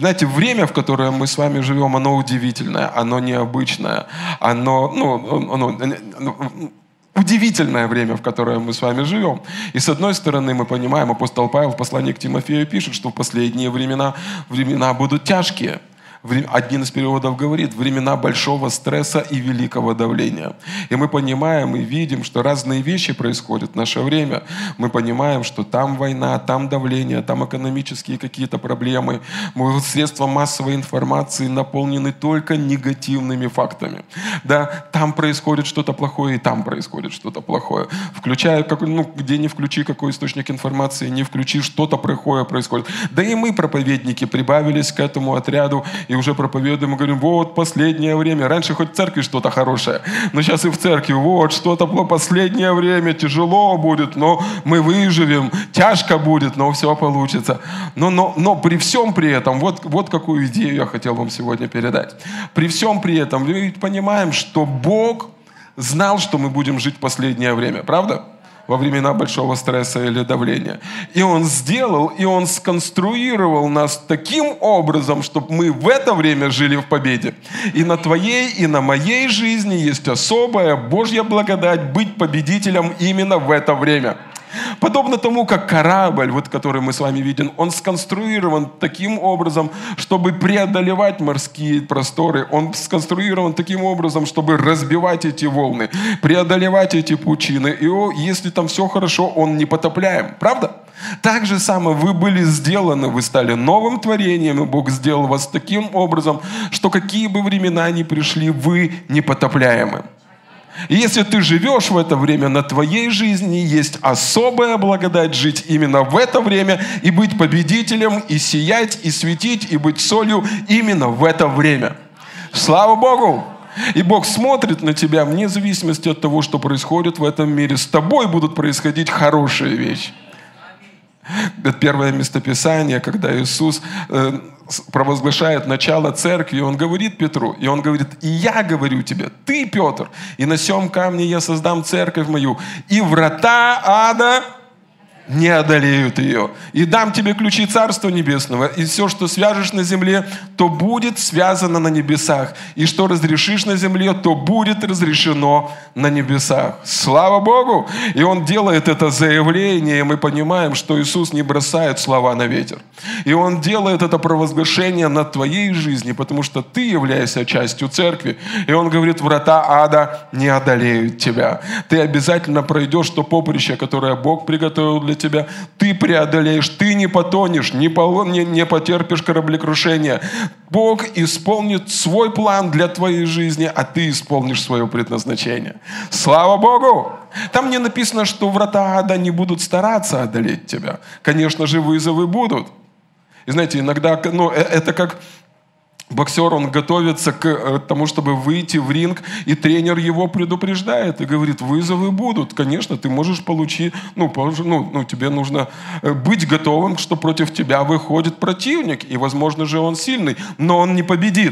Знаете, время, в которое мы с вами живем, оно удивительное, оно необычное, оно удивительное время, в которое мы с вами живем. И с одной стороны, мы понимаем, апостол Павел в послании к Тимофею пишет, что в последние времена будут тяжкие. Один из переводов говорит: времена большого стресса и великого давления. И мы понимаем и видим, что разные вещи происходят в наше время. Мы понимаем, что там война, там давление, там экономические какие-то проблемы. Средства массовой информации наполнены только негативными фактами. Да, там происходит что-то плохое, и там происходит что-то плохое. Включая, где не включи какой источник информации, не включи, что-то плохое происходит. Да и мы, проповедники, прибавились к этому отряду, и уже проповедуем и говорим: вот последнее время. Раньше хоть в церкви что-то хорошее, но сейчас и в церкви вот что-то последнее время, тяжело будет, но мы выживем, тяжко будет, но все получится. Но при всем при этом, вот какую идею я хотел вам сегодня передать. При всем при этом, мы ведь понимаем, что Бог знал, что мы будем жить в последнее время, правда? Во времена большого стресса или давления. И Он сделал, и Он сконструировал нас таким образом, чтобы мы в это время жили в победе. И на твоей, и на моей жизни есть особая Божья благодать быть победителем именно в это время. Подобно тому, как корабль, который мы с вами видим, он сконструирован таким образом, чтобы преодолевать морские просторы. Он сконструирован таким образом, чтобы разбивать эти волны, преодолевать эти пучины. И если там все хорошо, он не потопляем. Правда? Так же самое вы были сделаны, вы стали новым творением, и Бог сделал вас таким образом, что какие бы времена ни пришли, вы непотопляемы. И если ты живешь в это время, на твоей жизни есть особая благодать жить именно в это время и быть победителем, и сиять, и светить, и быть солью именно в это время. Слава Богу! И Бог смотрит на тебя вне зависимости от того, что происходит в этом мире. С тобой будут происходить хорошие вещи. Это первое местописание, когда Иисус провозглашает начало церкви, Он говорит Петру, и Он говорит: и я говорю тебе, ты, Петр, и на сем камне я создам церковь мою, и врата ада не одолеют ее. И дам тебе ключи Царства Небесного, и все, что свяжешь на земле, то будет связано на небесах. И что разрешишь на земле, то будет разрешено на небесах. Слава Богу! И Он делает это заявление, и мы понимаем, что Иисус не бросает слова на ветер. И Он делает это провозглашение над твоей жизнью, потому что ты являешься частью церкви. И Он говорит: врата ада не одолеют тебя. Ты обязательно пройдешь то поприще, которое Бог приготовил для тебя. Ты преодолеешь, ты не потонешь, не потерпишь кораблекрушения. Бог исполнит свой план для твоей жизни, а ты исполнишь свое предназначение. Слава Богу! Там не написано, что врата ада не будут стараться одолеть тебя. Конечно же, вызовы будут. И знаете, иногда, это как боксер, он готовится к тому, чтобы выйти в ринг, и тренер его предупреждает и говорит: вызовы будут. Конечно, ты можешь получить, тебе нужно быть готовым, что против тебя выходит противник, и, возможно же, он сильный, но он не победит.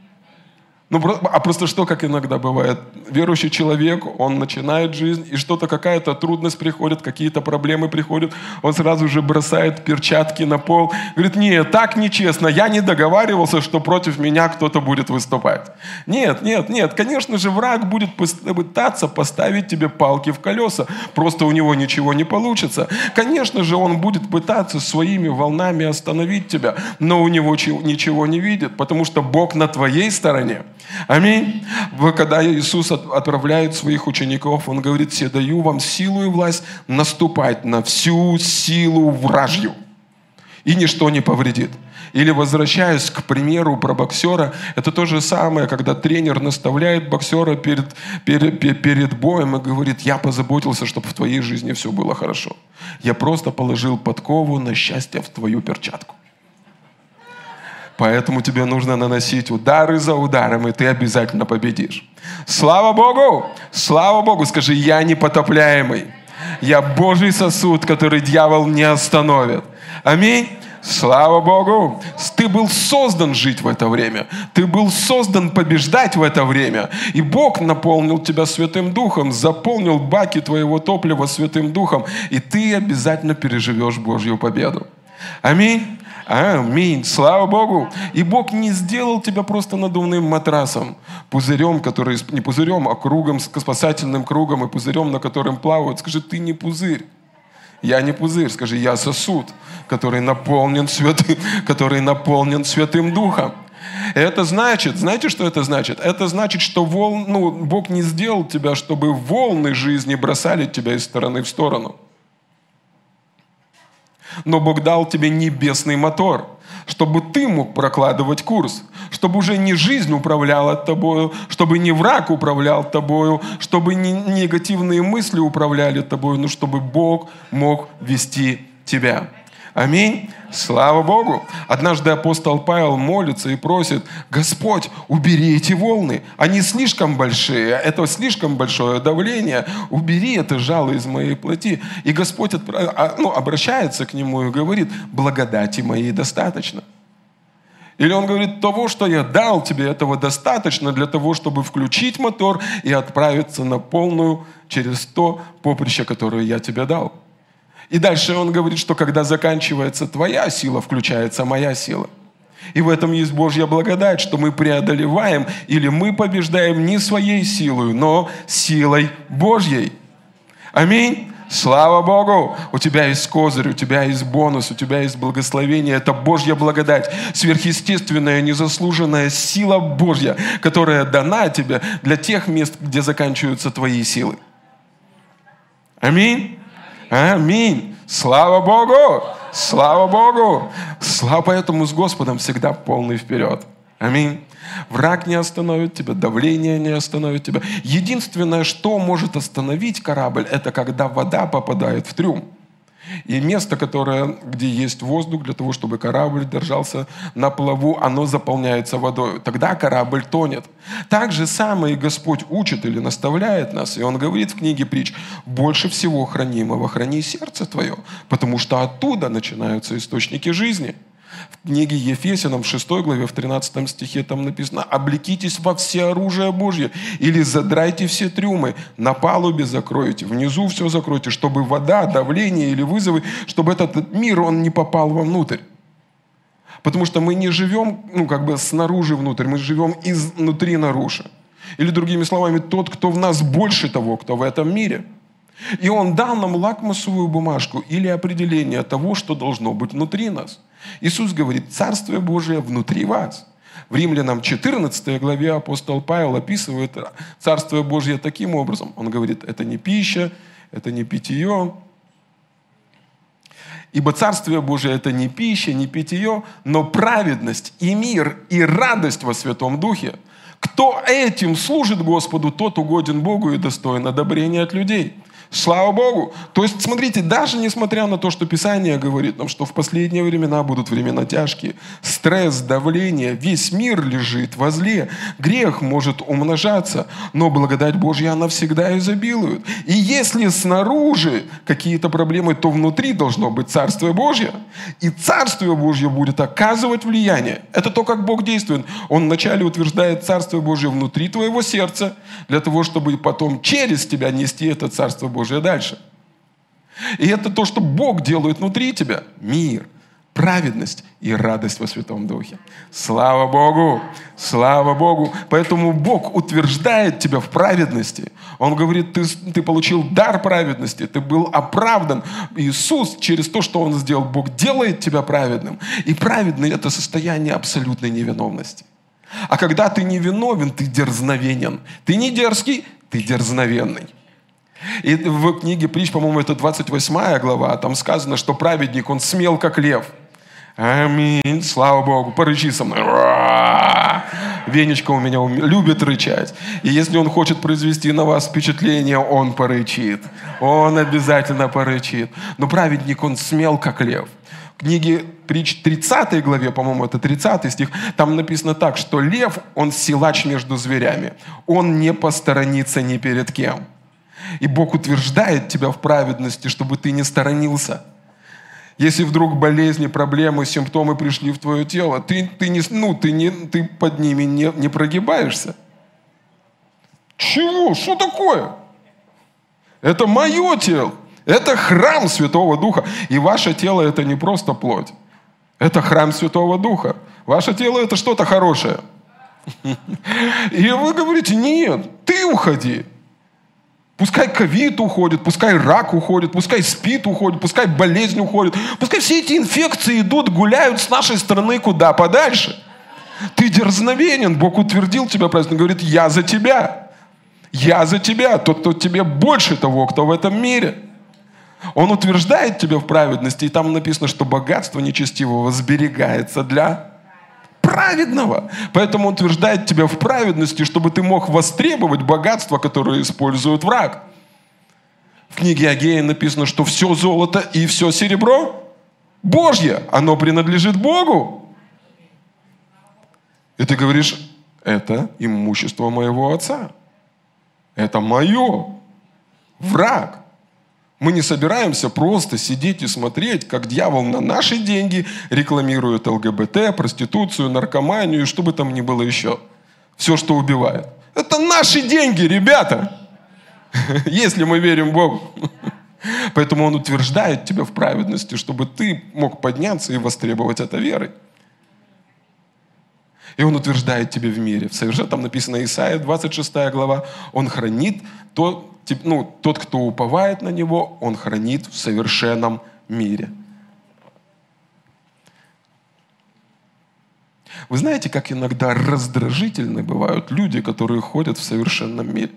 Просто что, как иногда бывает, верующий человек, он начинает жизнь, и какая-то трудность приходит, какие-то проблемы приходят, он сразу же бросает перчатки на пол, говорит: нет, так нечестно, я не договаривался, что против меня кто-то будет выступать. Нет, конечно же, враг будет пытаться поставить тебе палки в колеса, просто у него ничего не получится. Конечно же, он будет пытаться своими волнами остановить тебя, но у него ничего не видит, потому что Бог на твоей стороне. Аминь. Когда Иисус отправляет своих учеников, Он говорит: «Се даю вам силу и власть наступать на всю силу вражью, и ничто не повредит». Или, возвращаясь к примеру про боксера, это то же самое, когда тренер наставляет боксера перед боем и говорит: я позаботился, чтобы в твоей жизни все было хорошо. Я просто положил подкову на счастье в твою перчатку. Поэтому тебе нужно наносить удары за ударом, и ты обязательно победишь. Слава Богу! Слава Богу! Скажи: я непотопляемый. Я Божий сосуд, который дьявол не остановит. Аминь! Слава Богу! Ты был создан жить в это время. Ты был создан побеждать в это время. И Бог наполнил тебя Святым Духом, заполнил баки твоего топлива Святым Духом, и ты обязательно переживешь Божью победу. Аминь! Аминь. Слава Богу. И Бог не сделал тебя просто надувным матрасом, пузырем, который, не пузырем, а кругом, спасательным кругом и пузырем, на котором плавают. Скажи, ты не пузырь. Я не пузырь. Скажи, я сосуд, который наполнен Святым Духом. Это значит, знаете, что это значит? Это значит, что Бог не сделал тебя, чтобы волны жизни бросали тебя из стороны в сторону. Но Бог дал тебе небесный мотор, чтобы ты мог прокладывать курс, чтобы уже не жизнь управляла тобою, чтобы не враг управлял тобою, чтобы не негативные мысли управляли тобою, но чтобы Бог мог вести тебя. Аминь. Слава Богу. Однажды апостол Павел молится и просит: Господь, убери эти волны. Они слишком большие. Это слишком большое давление. Убери это жало из моей плоти. И Господь обращается к нему и говорит: благодати моей достаточно. Или он говорит: того, что я дал тебе, этого достаточно для того, чтобы включить мотор и отправиться на полную через то поприще, которое я тебе дал. И дальше он говорит, что когда заканчивается твоя сила, включается моя сила. И в этом есть Божья благодать, что мы преодолеваем или мы побеждаем не своей силой, но силой Божьей. Аминь. Слава Богу! У тебя есть козырь, у тебя есть бонус, у тебя есть благословение. Это Божья благодать, сверхъестественная, незаслуженная сила Божья, которая дана тебе для тех мест, где заканчиваются твои силы. Аминь. Аминь. Слава Богу! Слава Богу! Поэтому с Господом всегда полный вперед. Аминь. Враг не остановит тебя, давление не остановит тебя. Единственное, что может остановить корабль, это когда вода попадает в трюм. И место, где есть воздух, для того, чтобы корабль держался на плаву, оно заполняется водой. Тогда корабль тонет. Так же самое и Господь учит или наставляет нас. И Он говорит в книге Притч: больше всего хранимого храни сердце твое, потому что оттуда начинаются источники жизни. В книге Ефесянам в 6 главе, в 13 стихе там написано: «Облекитесь во всеоружие Божье, или задрайте все трюмы, на палубе закройте, внизу все закройте, чтобы вода, давление или вызовы, чтобы этот мир, он не попал вовнутрь». Потому что мы не живем снаружи внутрь, мы живем изнутри наружу. Или другими словами, тот, кто в нас, больше того, кто в этом мире. И Он дал нам лакмусовую бумажку или определение того, что должно быть внутри нас. Иисус говорит: Царствие Божие внутри вас. В Римлянам 14 главе апостол Павел описывает Царствие Божие таким образом. Он говорит: это не пища, это не питье. Ибо Царствие Божие – это не пища, не питье, но праведность и мир и радость во Святом Духе. Кто этим служит Господу, тот угоден Богу и достоин одобрения от людей. Слава Богу! То есть, смотрите, даже несмотря на то, что Писание говорит нам, что в последние времена будут времена тяжкие, стресс, давление, весь мир лежит во зле, грех может умножаться, но благодать Божья, она всегда изобилует. И если снаружи какие-то проблемы, то внутри должно быть Царствие Божье. И Царствие Божье будет оказывать влияние. Это то, как Бог действует. Он вначале утверждает Царствие Божье внутри твоего сердца, для того, чтобы потом через тебя нести это Царство Божье дальше. И это то, что Бог делает внутри тебя. Мир, праведность и радость во Святом Духе. Слава Богу! Слава Богу! Поэтому Бог утверждает тебя в праведности. Он говорит: ты получил дар праведности, ты был оправдан. Иисус, через то, что Он сделал, Бог делает тебя праведным. И праведный – это состояние абсолютной невиновности. А когда ты невиновен, ты дерзновенен. Ты не дерзкий, ты дерзновенный. И в книге Притч, по-моему, это 28 глава, там сказано, что праведник, он смел, как лев. Аминь. Слава Богу. Порычи со мной. Венечка у меня любит рычать. И если он хочет произвести на вас впечатление, он порычит. Он обязательно порычит. Но праведник, он смел, как лев. В книге Притч 30 главе, по-моему, это 30 стих, там написано так, что лев, он силач между зверями. Он не посторонится ни перед кем. И Бог утверждает тебя в праведности, чтобы ты не сторонился. Если вдруг болезни, проблемы, симптомы пришли в твое тело, ты под ними не прогибаешься. Чего? Что такое? Это мое тело. Это храм Святого Духа. И ваше тело – это не просто плоть. Это храм Святого Духа. Ваше тело – это что-то хорошее. И вы говорите, нет, ты уходи. Пускай ковид уходит, пускай рак уходит, пускай СПИД уходит, пускай болезнь уходит. Пускай все эти инфекции идут, гуляют с нашей страны куда подальше. Ты дерзновенен, Бог утвердил тебя, правильно говорит, я за тебя. Я за тебя, тот, кто тебе больше того, кто в этом мире. Он утверждает тебя в праведности, и там написано, что богатство нечестивого сберегается для праведного. Поэтому он утверждает тебя в праведности, чтобы ты мог востребовать богатство, которое использует враг. В книге Агея написано, что все золото и все серебро Божье, оно принадлежит Богу. И ты говоришь, это имущество моего отца. Это мое. Враг. Мы не собираемся просто сидеть и смотреть, как дьявол на наши деньги рекламирует ЛГБТ, проституцию, наркоманию и что бы там ни было еще. Все, что убивает. Это наши деньги, ребята. Если мы верим Богу. Поэтому Он утверждает тебя в праведности, чтобы ты мог подняться и востребовать это верой. И Он утверждает тебя в мире. Там написано Исайя, 26 глава. Он хранит тот, кто уповает на Него, Он хранит в совершенном мире. Вы знаете, как иногда раздражительны бывают люди, которые ходят в совершенном мире?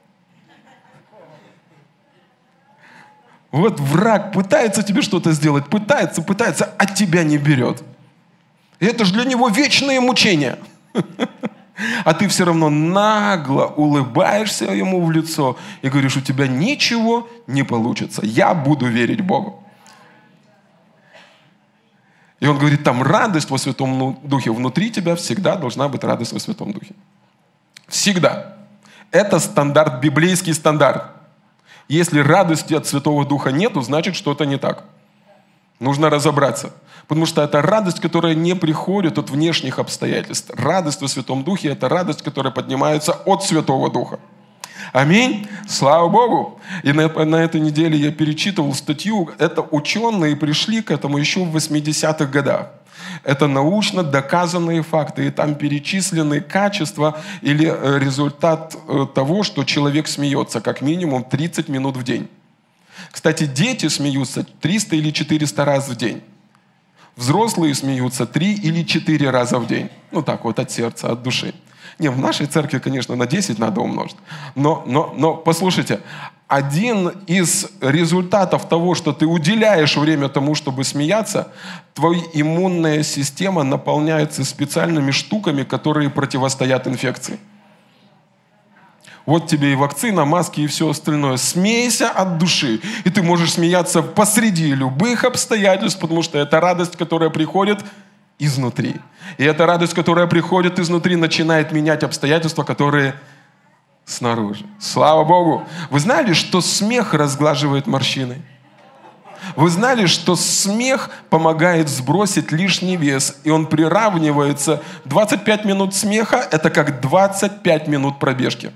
Вот враг пытается тебе что-то сделать, пытается, а тебя не берет. И это же для него вечное мучение. А ты все равно нагло улыбаешься ему в лицо и говоришь, у тебя ничего не получится. Я буду верить Богу. И он говорит, там радость во Святом Духе. Внутри тебя всегда должна быть радость во Святом Духе. Всегда. Это стандарт, библейский стандарт. Если радости от Святого Духа нету, значит что-то не так. Нужно разобраться. Потому что это радость, которая не приходит от внешних обстоятельств. Радость во Святом Духе – это радость, которая поднимается от Святого Духа. Аминь. Слава Богу. И на этой неделе я перечитывал статью. Это ученые пришли к этому еще в 80-х годах. Это научно доказанные факты. И там перечислены качества или результат того, что человек смеется как минимум 30 минут в день. Кстати, дети смеются 300 или 400 раз в день. Взрослые смеются 3 или 4 раза в день. Ну так вот, от сердца, от души. Не, в нашей церкви, конечно, на 10 надо умножить. Но послушайте, один из результатов того, что ты уделяешь время тому, чтобы смеяться, твоя иммунная система наполняется специальными штуками, которые противостоят инфекции. Вот тебе и вакцина, маски и все остальное. Смейся от души. И ты можешь смеяться посреди любых обстоятельств, потому что это радость, которая приходит изнутри. И эта радость, которая приходит изнутри, начинает менять обстоятельства, которые снаружи. Слава Богу! Вы знали, что смех разглаживает морщины? Вы знали, что смех помогает сбросить лишний вес, и он приравнивается. 25 минут смеха – это как 25 минут пробежки.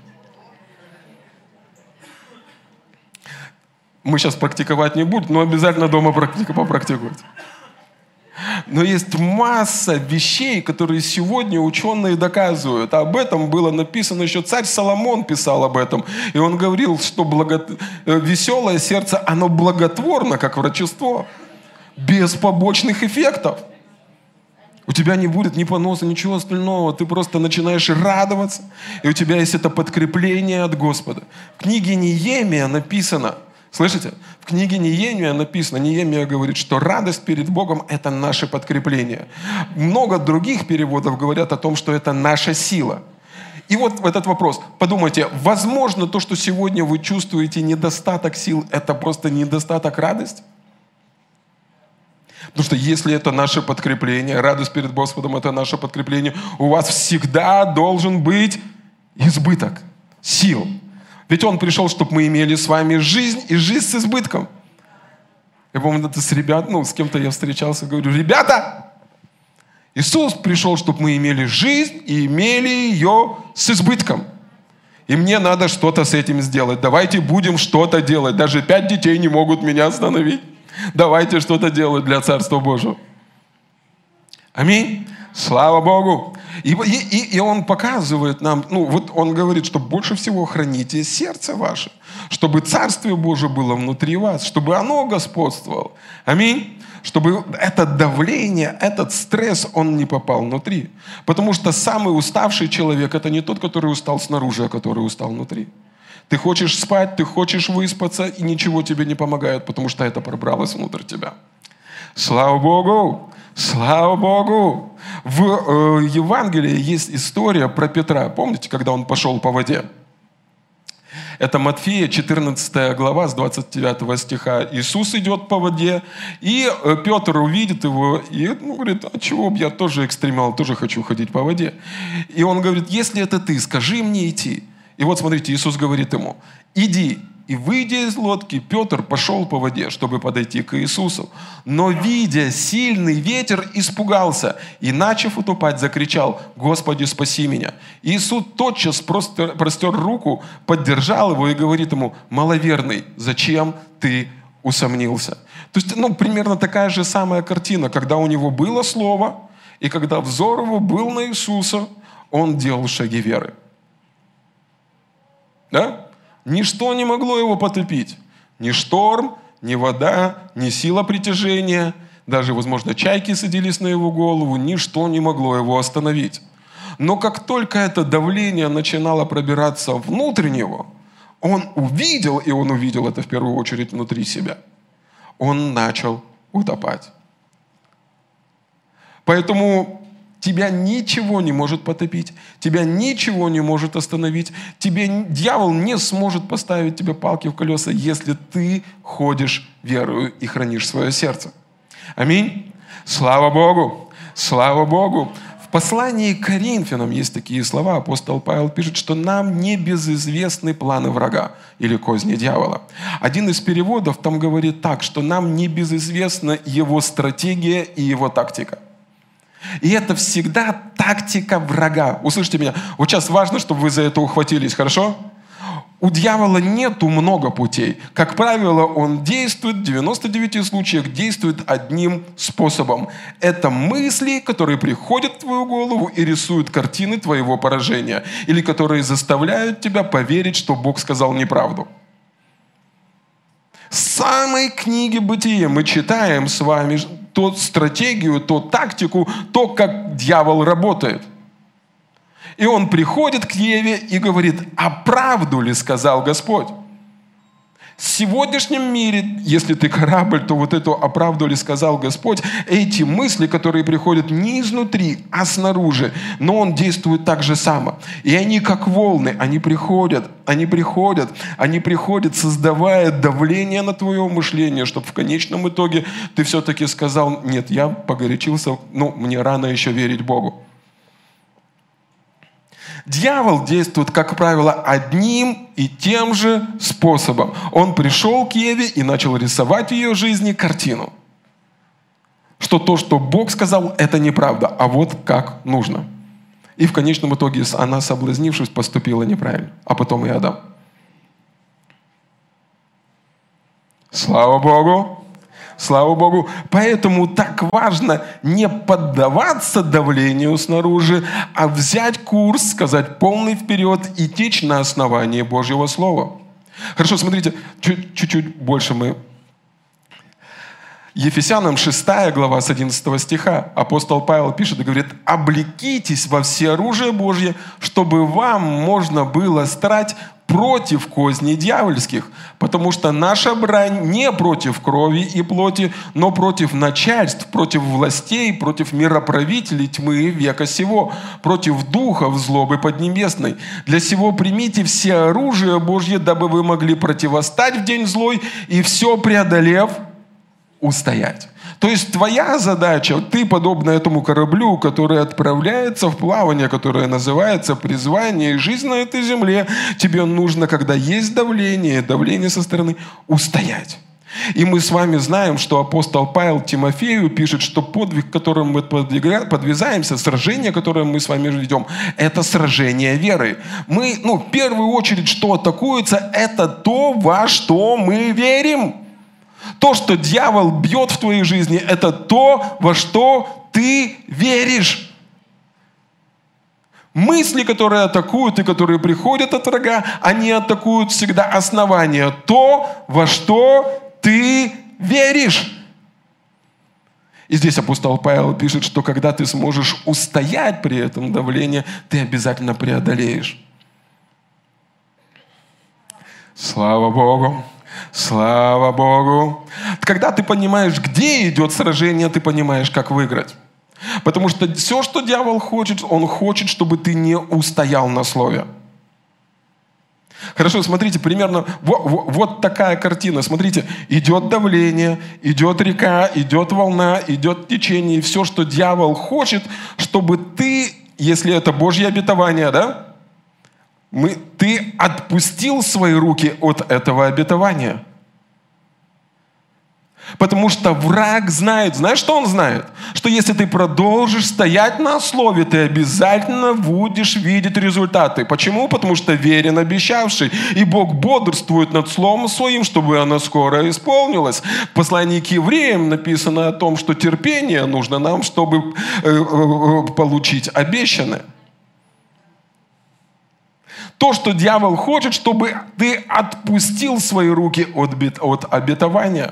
Мы сейчас практиковать не будем, но обязательно дома попрактикуйте. Но есть масса вещей, которые сегодня ученые доказывают. Об этом было написано еще царь Соломон писал об этом. И он говорил, что веселое сердце, оно благотворно, как врачество, без побочных эффектов. У тебя не будет ни поноса, ничего остального. Ты просто начинаешь радоваться. И у тебя есть это подкрепление от Господа. В книге Неемия написано, слышите? В книге Неемия написано, Неемия говорит, что радость перед Богом – это наше подкрепление. Много других переводов говорят о том, что это наша сила. И вот этот вопрос. Подумайте, возможно, то, что сегодня вы чувствуете недостаток сил, это просто недостаток радости? Потому что если это наше подкрепление, радость перед Господом – это наше подкрепление, у вас всегда должен быть избыток сил. Ведь Он пришел, чтобы мы имели с вами жизнь, и жизнь с избытком. Я помню, это с кем-то я встречался, говорю, ребята, Иисус пришел, чтобы мы имели жизнь и имели ее с избытком. И мне надо что-то с этим сделать. Давайте будем что-то делать. Даже 5 детей не могут меня остановить. Давайте что-то делать для Царства Божьего. Аминь. Слава Богу. И Он показывает нам, вот Он говорит, что больше всего храните сердце ваше, чтобы Царствие Божие было внутри вас, чтобы оно господствовало. Аминь. Чтобы это давление, этот стресс, он не попал внутри. Потому что самый уставший человек – это не тот, который устал снаружи, а который устал внутри. Ты хочешь спать, ты хочешь выспаться, и ничего тебе не помогает, потому что это пробралось внутрь тебя. Слава Богу! Слава Богу! В Евангелии есть история про Петра. Помните, когда он пошел по воде? Это Матфея, 14 глава, с 29 стиха. Иисус идет по воде, и Петр увидит его, и говорит, а чего бы я тоже экстремал, тоже хочу ходить по воде. И он говорит, если это ты, скажи мне идти. И вот смотрите, Иисус говорит ему, иди. И выйдя из лодки, Петр пошел по воде, чтобы подойти к Иисусу. Но, видя сильный ветер, испугался и, начав утопать, закричал, «Господи, спаси меня!» Иисус тотчас простер руку, поддержал его и говорит ему, «Маловерный, зачем ты усомнился?» То есть, примерно такая же самая картина, когда у него было слово, и когда взор его был на Иисуса, он делал шаги веры. Да? Ничто не могло его потопить. Ни шторм, ни вода, ни сила притяжения. Даже, возможно, чайки садились на его голову. Ничто не могло его остановить. Но как только это давление начинало пробираться внутрь него, он увидел, и он увидел это в первую очередь внутри себя, он начал утопать. Поэтому тебя ничего не может потопить, тебя ничего не может остановить, дьявол не сможет поставить тебе палки в колеса, если ты ходишь верою и хранишь свое сердце. Аминь. Слава Богу. Слава Богу. В послании к Коринфянам есть такие слова. Апостол Павел пишет, что нам не безызвестны планы врага или козни дьявола. Один из переводов там говорит так, что нам не безызвестна его стратегия и его тактика. И это всегда тактика врага. Услышьте меня. Вот сейчас важно, чтобы вы за это ухватились, хорошо? У дьявола нету много путей. Как правило, он действует, в 99 случаях действует одним способом. Это мысли, которые приходят в твою голову и рисуют картины твоего поражения. Или которые заставляют тебя поверить, что Бог сказал неправду. В самой книге «Бытие» мы читаем с вами ту стратегию, ту тактику, то, как дьявол работает. И он приходит к Еве и говорит, а правду ли сказал Господь? В сегодняшнем мире, если ты корабль, то вот эту «а правду ли сказал Господь», эти мысли, которые приходят не изнутри, а снаружи, но он действует так же само. И они как волны, они приходят, создавая давление на твое мышление, чтобы в конечном итоге ты все-таки сказал, нет, я погорячился, мне рано еще верить Богу. Дьявол действует, как правило, одним и тем же способом. Он пришел к Еве и начал рисовать в ее жизни картину. Что то, что Бог сказал, это неправда, а вот как нужно. И в конечном итоге она, соблазнившись, поступила неправильно. А потом и Адам. Слава Богу! Слава Богу. Поэтому так важно не поддаваться давлению снаружи, а взять курс, сказать полный вперед и течь на основании Божьего Слова. Хорошо, смотрите, чуть-чуть больше мы. Ефесянам 6 глава с 11 стиха апостол Павел пишет и говорит, «Облекитесь во всеоружие Божье, чтобы вам можно было стать против козней дьявольских, потому что наша брань не против крови и плоти, но против начальств, против властей, против мироправителей тьмы века сего, против духов злобы поднебесной. Для сего примите все оружие Божье, дабы вы могли противостать в день злой и все преодолев, устоять». То есть твоя задача, ты подобно этому кораблю, который отправляется в плавание, которое называется призвание и жизнь на этой земле, тебе нужно, когда есть давление со стороны, устоять. И мы с вами знаем, что апостол Павел Тимофею пишет, что подвиг, которым мы подвязаемся, сражение, которое мы с вами ведем, это сражение веры. Мы, в первую очередь, что атакуется, это то, во что мы верим. То, что дьявол бьет в твоей жизни, это то, во что ты веришь. Мысли, которые атакуют и которые приходят от врага, они атакуют всегда основание. То, во что ты веришь. И здесь апостол Павел пишет, что когда ты сможешь устоять при этом давлении, ты обязательно преодолеешь. Слава Богу! Слава Богу! Когда ты понимаешь, где идет сражение, ты понимаешь, как выиграть. Потому что все, что дьявол хочет, он хочет, чтобы ты не устоял на слове. Хорошо, смотрите, примерно вот такая картина. Смотрите, идет давление, идет река, идет волна, идет течение. И все, что дьявол хочет, чтобы ты, если это Божье обетование, да, ты отпустил свои руки от этого обетования. Потому что враг знает, знаешь, что он знает? Что если ты продолжишь стоять на слове, ты обязательно будешь видеть результаты. Почему? Потому что верен обещавший. И Бог бодрствует над словом своим, чтобы оно скоро исполнилось. В послании к евреям написано о том, что терпение нужно нам, чтобы получить обещанное. То, что дьявол хочет, чтобы ты отпустил свои руки от обетования.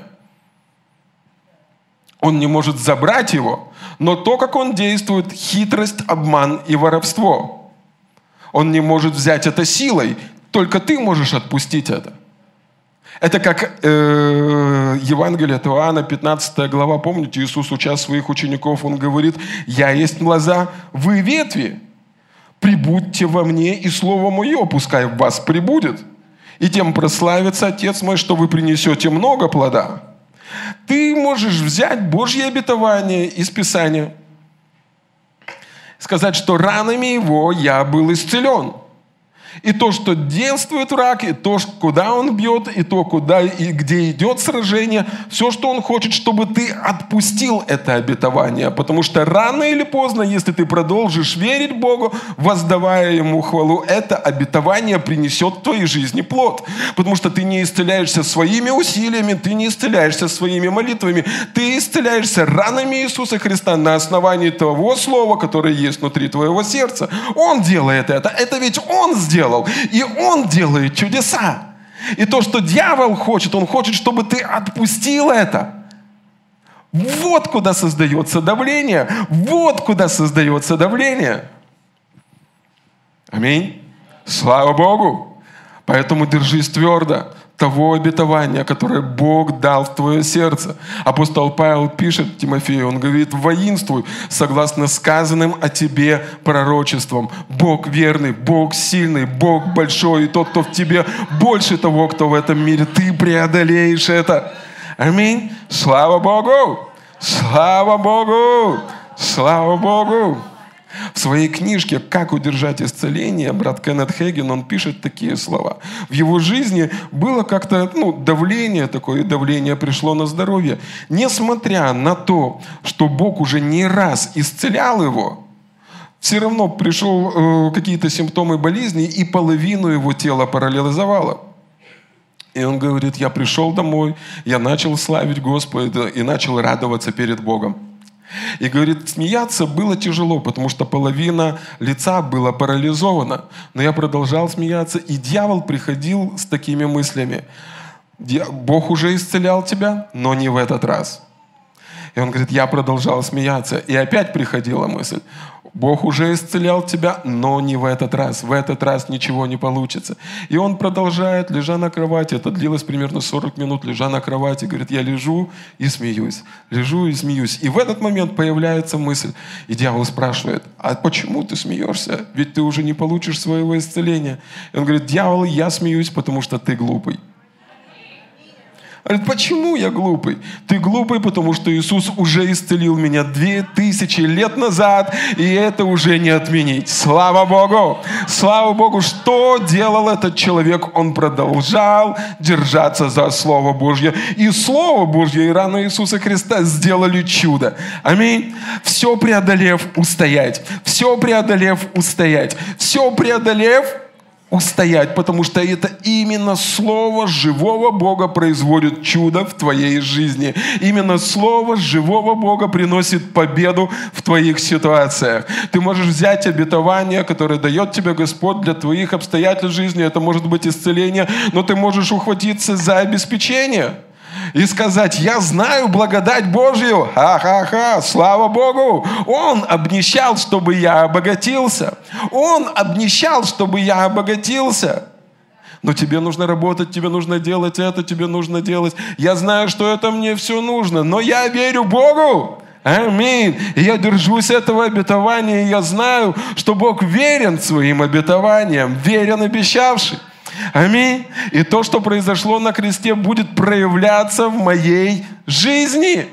Он не может забрать его, но то, как он действует, хитрость, обман и воровство. Он не может взять это силой, только ты можешь отпустить это. Это как Евангелие от Иоанна, 15 глава, помните, Иисус, уча своих учеников, Он говорит: «Я есть лоза, вы ветви, прибудьте во мне, и слово мое пускай в вас прибудет, и тем прославится Отец мой, что вы принесете много плода». Ты можешь взять Божье обетование из Писания, сказать, что ранами Его я был исцелен. И то, что действует враг, и то, куда он бьет, и то, куда и где идет сражение, все, что он хочет, чтобы ты отпустил это обетование. Потому что рано или поздно, если ты продолжишь верить Богу, воздавая Ему хвалу, это обетование принесет в твоей жизни плод. Потому что ты не исцеляешься своими усилиями, ты не исцеляешься своими молитвами, ты исцеляешься ранами Иисуса Христа на основании того слова, которое есть внутри твоего сердца. Он делает это. Это ведь Он сделал. И Он делает чудеса. И то, что дьявол хочет, он хочет, чтобы ты отпустил это. Вот куда создается давление. Вот куда создается давление. Аминь. Слава Богу. Поэтому держись твердо того обетования, которое Бог дал в твое сердце. Апостол Павел пишет Тимофею, он говорит: воинствуй согласно сказанным о тебе пророчествам. Бог верный, Бог сильный, Бог большой, и тот, кто в тебе, больше того, кто в этом мире. Ты преодолеешь это. Аминь. Слава Богу! Слава Богу! Слава Богу! В своей книжке «Как удержать исцеление» брат Кеннет Хейген, он пишет такие слова. В его жизни было как-то давление такое, давление пришло на здоровье. Несмотря на то, что Бог уже не раз исцелял его, все равно пришел какие-то симптомы болезни, и половину его тела парализовало. И он говорит: я пришел домой, я начал славить Господа и начал радоваться перед Богом. И говорит, смеяться было тяжело, потому что половина лица была парализована. Но я продолжал смеяться, и дьявол приходил с такими мыслями: Бог уже исцелял тебя, но не в этот раз. И он говорит, я продолжал смеяться, и опять приходила мысль: Бог уже исцелял тебя, но не в этот раз. В этот раз ничего не получится. И он продолжает, лежа на кровати. Это длилось примерно 40 минут, лежа на кровати. Говорит, я лежу и смеюсь. Лежу и смеюсь. И в этот момент появляется мысль. И дьявол спрашивает: а почему ты смеешься? Ведь ты уже не получишь своего исцеления. И он говорит: дьявол, я смеюсь, потому что ты глупый. Он говорит, почему я глупый? Ты глупый, потому что Иисус уже исцелил меня 2000 лет назад, и это уже не отменить. Слава Богу! Слава Богу! Что делал этот человек? Он продолжал держаться за Слово Божье. И Слово Божье и раны Иисуса Христа сделали чудо. Аминь. Все преодолев, устоять. Все преодолев, устоять. Все преодолев, устоять, потому что это именно Слово живого Бога производит чудо в твоей жизни. Именно Слово живого Бога приносит победу в твоих ситуациях. Ты можешь взять обетование, которое дает тебе Господь для твоих обстоятельств жизни. Это может быть исцеление, но ты можешь ухватиться за обеспечение и сказать: я знаю благодать Божью, ха-ха-ха, слава Богу. Он обнищал, чтобы я обогатился. Он обнищал, чтобы я обогатился. Но тебе нужно работать, тебе нужно делать это, тебе нужно делать. Я знаю, что это мне все нужно, но я верю Богу. Аминь. И я держусь этого обетования, и я знаю, что Бог верен своим обетованиям, верен обещавший. Аминь. И то, что произошло на кресте, будет проявляться в моей жизни.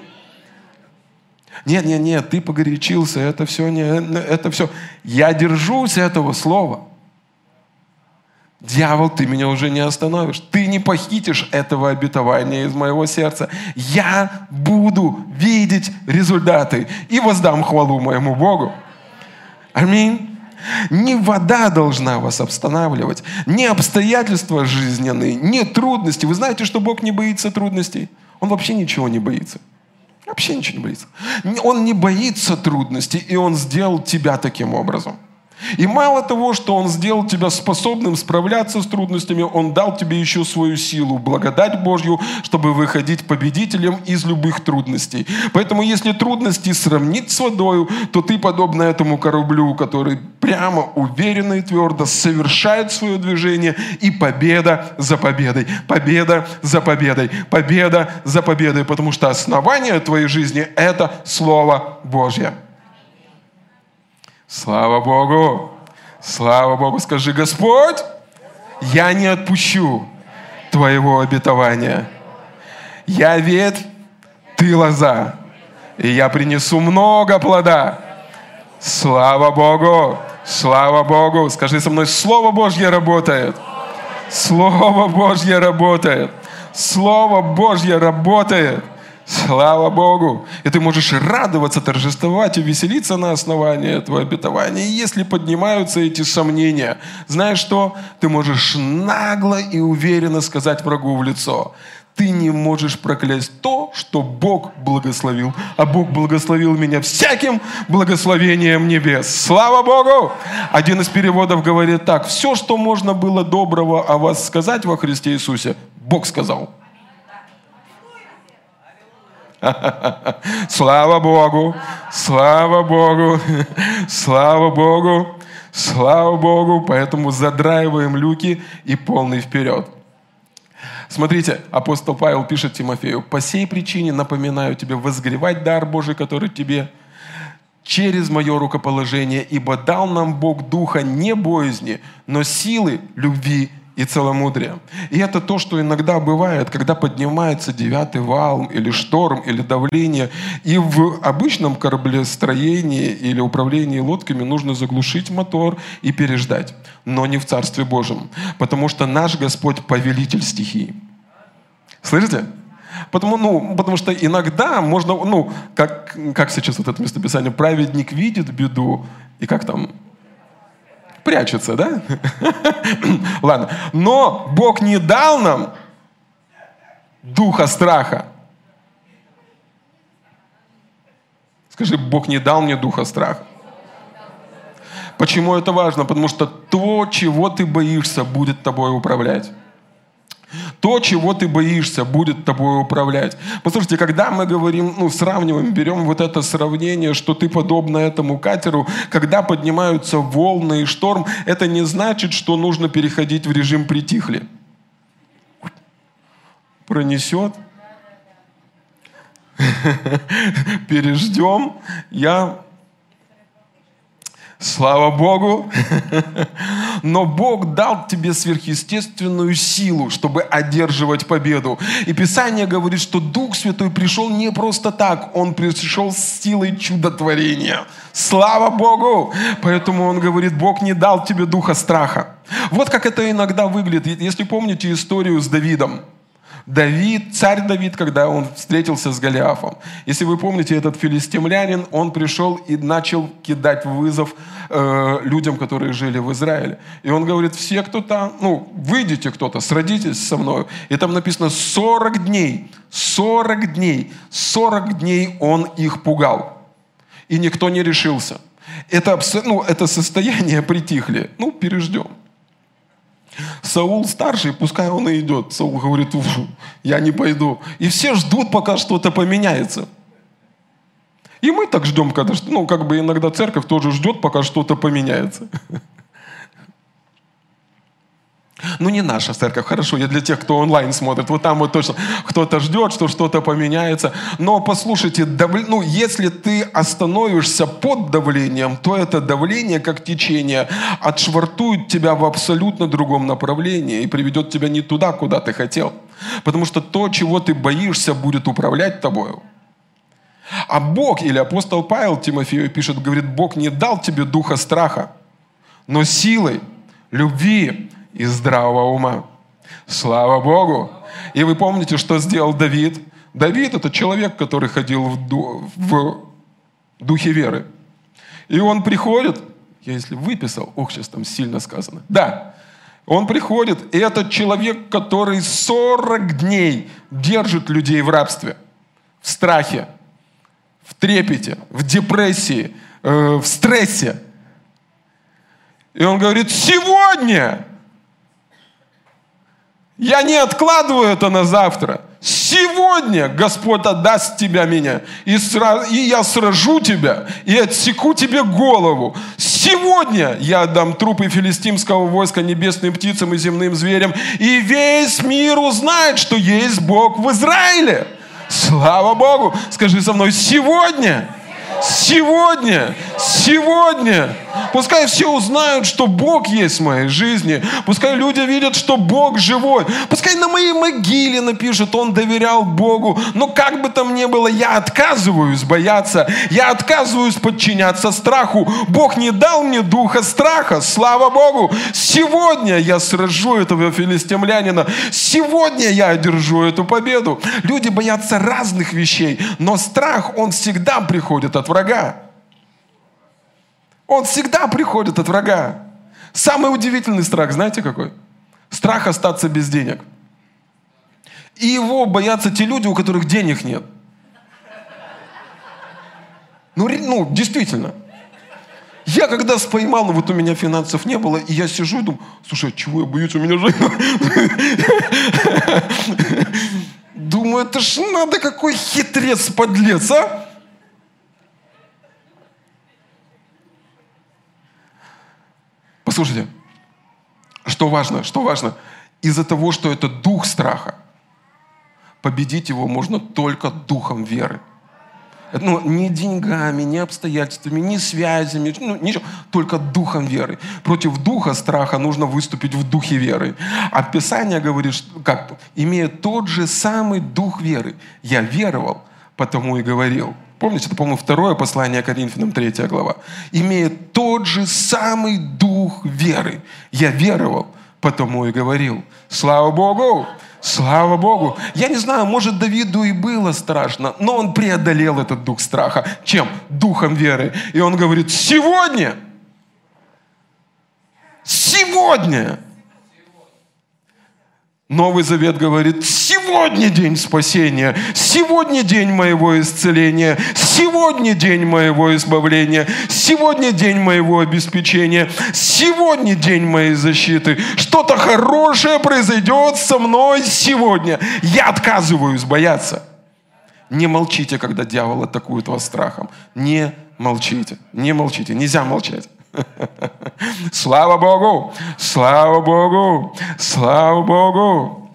Нет, ты погорячился, это все. Я держусь этого слова. Дьявол, ты меня уже не остановишь. Ты не похитишь этого обетования из моего сердца. Я буду видеть результаты и воздам хвалу моему Богу. Аминь. Не вода должна вас останавливать, не обстоятельства жизненные, не трудности. Вы знаете, что Бог не боится трудностей? Он вообще ничего не боится. Вообще ничего не боится. Он не боится трудностей, и Он сделал тебя таким образом. И мало того, что Он сделал тебя способным справляться с трудностями, Он дал тебе еще свою силу, благодать Божью, чтобы выходить победителем из любых трудностей. Поэтому если трудности сравнить с водою, то ты подобно этому кораблю, который прямо, уверенно и твердо совершает свое движение, и победа за победой, победа за победой, победа за победой, потому что основание твоей жизни – это Слово Божье. Слава Богу! Слава Богу! Скажи: Господь, я не отпущу Твоего обетования. Я ветвь, Ты лоза, и я принесу много плода. Слава Богу! Слава Богу! Скажи со мной: Слово Божье работает. Слово Божье работает. Слово Божье работает. Слава Богу! И ты можешь радоваться, торжествовать и веселиться на основании этого обетования. И если поднимаются эти сомнения, знаешь что? Ты можешь нагло и уверенно сказать врагу в лицо: ты не можешь проклясть то, что Бог благословил. А Бог благословил меня всяким благословением небес. Слава Богу! Один из переводов говорит так: все, что можно было доброго о вас сказать во Христе Иисусе, Бог сказал. Слава Богу! Слава Богу! Слава Богу! Слава Богу! Поэтому задраиваем люки и полный вперед. Смотрите, апостол Павел пишет Тимофею: «По сей причине напоминаю тебе возгревать дар Божий, который тебе через мое рукоположение, ибо дал нам Бог духа не боязни, но силы, любви и целомудрия». И это то, что иногда бывает, когда поднимается 9-й вал, или шторм, или давление. И в обычном кораблестроении или управлении лодками нужно заглушить мотор и переждать. Но не в Царстве Божьем. Потому что наш Господь повелитель стихий. Слышите? Потому что иногда можно, как сейчас вот это местописание, праведник видит беду, и как там? Прячется, да? Ладно. Но Бог не дал нам духа страха. Скажи: Бог не дал мне духа страха. Почему это важно? Потому что то, чего ты боишься, будет тобой управлять. То, чего ты боишься, будет тобой управлять. Послушайте, когда мы говорим, сравниваем, берем вот это сравнение, что ты подобно этому катеру, когда поднимаются волны и шторм, это не значит, что нужно переходить в режим «притихли». Пронесет. Переждем. Слава Богу! Но Бог дал тебе сверхъестественную силу, чтобы одерживать победу. И Писание говорит, что Дух Святой пришел не просто так. Он пришел с силой чудотворения. Слава Богу! Поэтому Он говорит: Бог не дал тебе духа страха. Вот как это иногда выглядит. Если помните историю с Давидом. Царь Давид, когда он встретился с Голиафом. Если вы помните, этот филистимлянин, он пришел и начал кидать вызов людям, которые жили в Израиле. И он говорит, все, кто там, выйдите кто-то, сродитесь со мною. И там написано 40 дней он их пугал. И никто не решился. Это состояние притихли. Переждем. Саул старший, пускай он и идет. Саул говорит, я не пойду. И все ждут, пока что-то поменяется. И мы так ждем, когда, иногда церковь тоже ждет, пока что-то поменяется. Не наша церковь, хорошо, я для тех, кто онлайн смотрит, вот там вот точно кто-то ждет, что что-то поменяется. Но послушайте, если ты остановишься под давлением, то это давление, как течение, отшвартует тебя в абсолютно другом направлении и приведет тебя не туда, куда ты хотел. Потому что то, чего ты боишься, будет управлять тобою. А Бог, или апостол Павел Тимофею пишет, говорит, Бог не дал тебе духа страха, но силой, любви и здравого ума. Слава Богу! И вы помните, что сделал Давид? Давид – это человек, который ходил в духе веры. И он приходит, я если выписал, сейчас там сильно сказано. Да, он приходит, и этот человек, который 40 дней держит людей в рабстве, в страхе, в трепете, в депрессии, в стрессе. И он говорит, сегодня я не откладываю это на завтра. Сегодня Господь отдаст тебя меня, и я сражу тебя, и отсеку тебе голову. Сегодня я отдам трупы филистимского войска небесным птицам и земным зверям, и весь мир узнает, что есть Бог в Израиле. Слава Богу! Скажи со мной, сегодня! Сегодня! Сегодня! Пускай все узнают, что Бог есть в моей жизни. Пускай люди видят, что Бог живой. Пускай на моей могиле напишут, он доверял Богу. Но как бы там ни было, я отказываюсь бояться. Я отказываюсь подчиняться страху. Бог не дал мне духа страха. Слава Богу! Сегодня я сражу этого филистимлянина. Сегодня я одержу эту победу. Люди боятся разных вещей, но страх, он всегда приходит от врага. Он всегда приходит от врага. Самый удивительный страх, знаете какой? Страх остаться без денег. И его боятся те люди, у которых денег нет. Действительно. Я когда поймал, вот у меня финансов не было, и я сижу и думаю, слушай, чего я боюсь, у меня же... Думаю, это ж надо, какой хитрец, подлец, а? Послушайте, что важно? Из-за того, что это дух страха, победить его можно только духом веры. Не деньгами, не обстоятельствами, не связями, ничего, только духом веры. Против духа страха нужно выступить в духе веры. А Писание говорит, имея тот же самый дух веры. Я веровал, потому и говорил. Помните, это, по-моему, 2 послание Коринфянам, 3 глава. Имея тот же самый дух веры. Я веровал, потому и говорил. Слава Богу! Слава Богу! Я не знаю, может, Давиду и было страшно, но он преодолел этот дух страха. Чем? Духом веры. И он говорит, сегодня! Новый Завет говорит, сегодня день спасения, сегодня день моего исцеления, сегодня день моего избавления, сегодня день моего обеспечения, сегодня день моей защиты. Что-то хорошее произойдет со мной сегодня. Я отказываюсь бояться. Не молчите, когда дьявол атакует вас страхом. Не молчите, нельзя молчать. Слава Богу! Слава Богу! Слава Богу!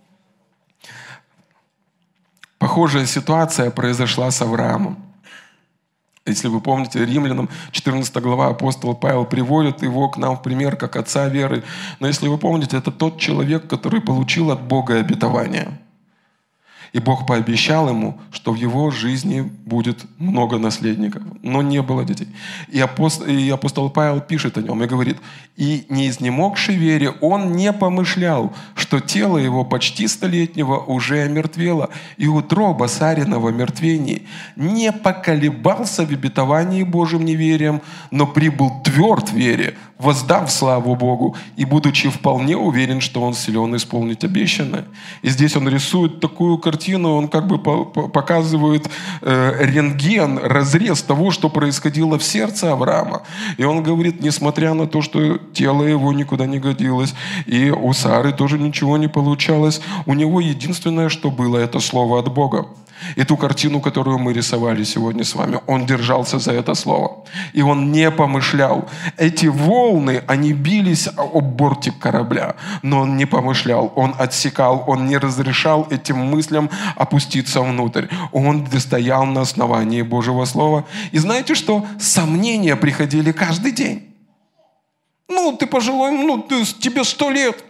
Похожая ситуация произошла с Авраамом. Если вы помните, Римлянам 14 глава апостол Павел приводит его к нам в пример как отца веры. Но если вы помните, это тот человек, который получил от Бога обетование. И Бог пообещал ему, что в его жизни будет много наследников. Но не было детей. И апостол Павел пишет о нем и говорит: «И не изнемогший вере он не помышлял, что тело его почти столетнего уже омертвело, и утроба Сарина в омертвении. Не поколебался в обетовании Божьим неверием, но прибыл тверд в вере, воздав славу Богу, и будучи вполне уверен, что он силен исполнить обещанное». И здесь он рисует такую картину, он как бы показывает рентген, разрез того, что происходило в сердце Авраама. И он говорит, несмотря на то, что тело его никуда не годилось, и у Сары тоже ничего не получалось, у него единственное, что было, это слово от Бога. И ту картину, которую мы рисовали сегодня с вами, он держался за это слово. И он не помышлял. Эти волны, они бились об бортик корабля, но он не помышлял, он отсекал, он не разрешал этим мыслям опуститься внутрь. Он стоял на основании Божьего Слова. И знаете что? Сомнения приходили каждый день. Ты пожилой, тебе 100 лет.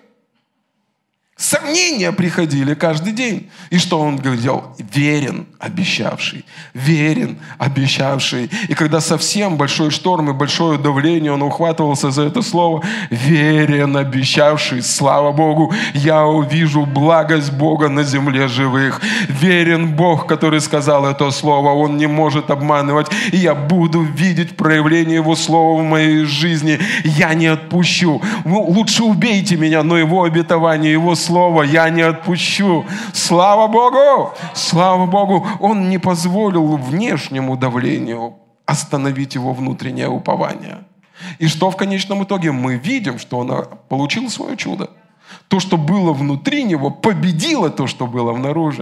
Сомнения приходили каждый день. И что он говорил? Верен, обещавший. Верен, обещавший. И когда совсем большой шторм и большое давление, он ухватывался за это слово. Верен, обещавший. Слава Богу, я увижу благость Бога на земле живых. Верен Бог, который сказал это слово. Он не может обманывать. И я буду видеть проявление Его слова в моей жизни. Я не отпущу. Лучше убейте меня, но Его обетование, Его слово я не отпущу. Слава Богу! Слава Богу! Он не позволил внешнему давлению остановить его внутреннее упование. И что в конечном итоге? Мы видим, что он получил свое чудо. То, что было внутри него, победило то, что было снаружи.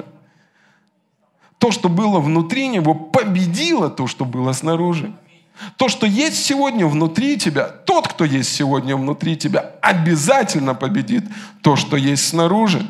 То, что было внутри него, победило то, что было снаружи. То, что есть сегодня внутри тебя, тот, кто есть сегодня внутри тебя, обязательно победит то, что есть снаружи.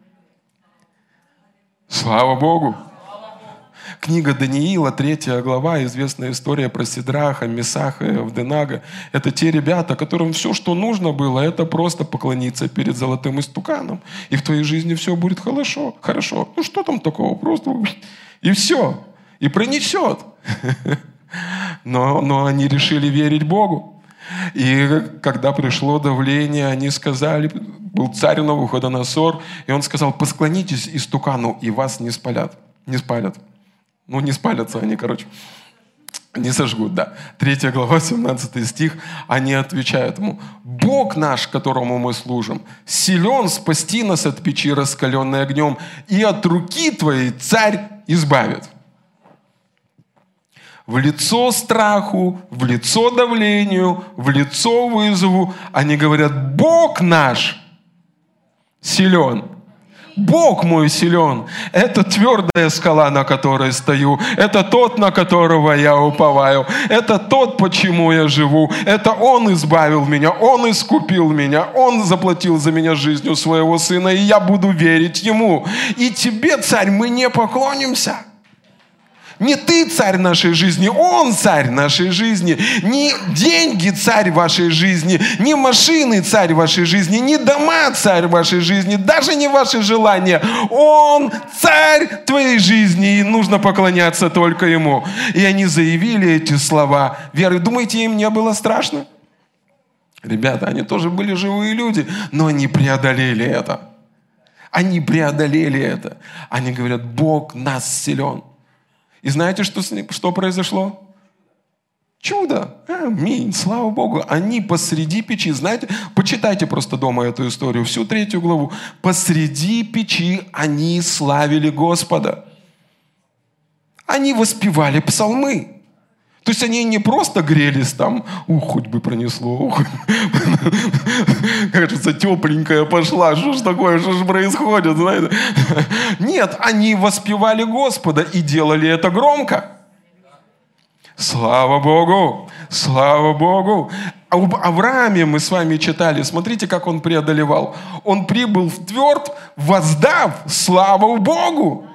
Слава Богу! Книга Даниила, 3 глава, известная история про Сидраха, Месаха и Авденага. Это те ребята, которым все, что нужно было, это просто поклониться перед золотым истуканом. И в твоей жизни все будет хорошо. Хорошо. Что там такого? Просто и все. И пронесет. Но они решили верить Богу. И когда пришло давление, они сказали, был царь Навуходоносор, и он сказал, посклонитесь истукану, и вас не спалят. Не спалят. Не спалятся они, не сожгут, да. 3 глава, 17 стих, они отвечают ему, Бог наш, которому мы служим, силен спасти нас от печи, раскаленной огнем, и от руки твоей царь избавит. В лицо страху, в лицо давлению, в лицо вызову они говорят, Бог наш силен. Бог мой силен. Это твердая скала, на которой стою. Это тот, на которого я уповаю. Это тот, почему я живу. Это Он избавил меня. Он искупил меня. Он заплатил за меня жизнью своего Сына. И я буду верить Ему. И тебе, царь, мы не поклонимся. Не ты царь нашей жизни, Он царь нашей жизни. Не деньги царь вашей жизни, не машины царь вашей жизни, не дома царь вашей жизни, даже не ваши желания. Он царь твоей жизни, и нужно поклоняться только Ему. И они заявили эти слова веры. Думаете, им не было страшно? Ребята, они тоже были живые люди, но они преодолели это. Они преодолели это. Они говорят, Бог нас силен. И знаете, что произошло? Чудо. Аминь. Слава Богу. Они посреди печи. Знаете, почитайте просто дома эту историю, всю 3 главу. Посреди печи они славили Господа. Они воспевали псалмы. То есть они не просто грелись там, хоть бы пронесло, кажется, тепленькая пошла, что ж такое, что ж происходит, знаете? Нет, они воспевали Господа и делали это громко. Слава Богу! Слава Богу! Об Аврааме мы с вами читали, смотрите, как он преодолевал. Он прибыл в тверд, воздав славу Богу.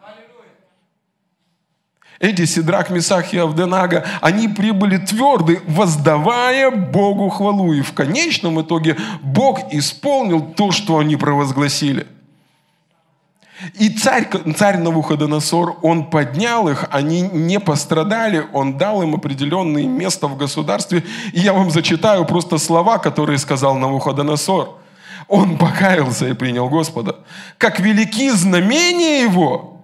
Эти Сидрах, Месах и Авденага, они прибыли тверды, воздавая Богу хвалу. И в конечном итоге Бог исполнил то, что они провозгласили. И царь Навуходоносор, он поднял их, они не пострадали, он дал им определенное место в государстве. И я вам зачитаю просто слова, которые сказал Навуходоносор. Он покаялся и принял Господа. Как велики знамения его.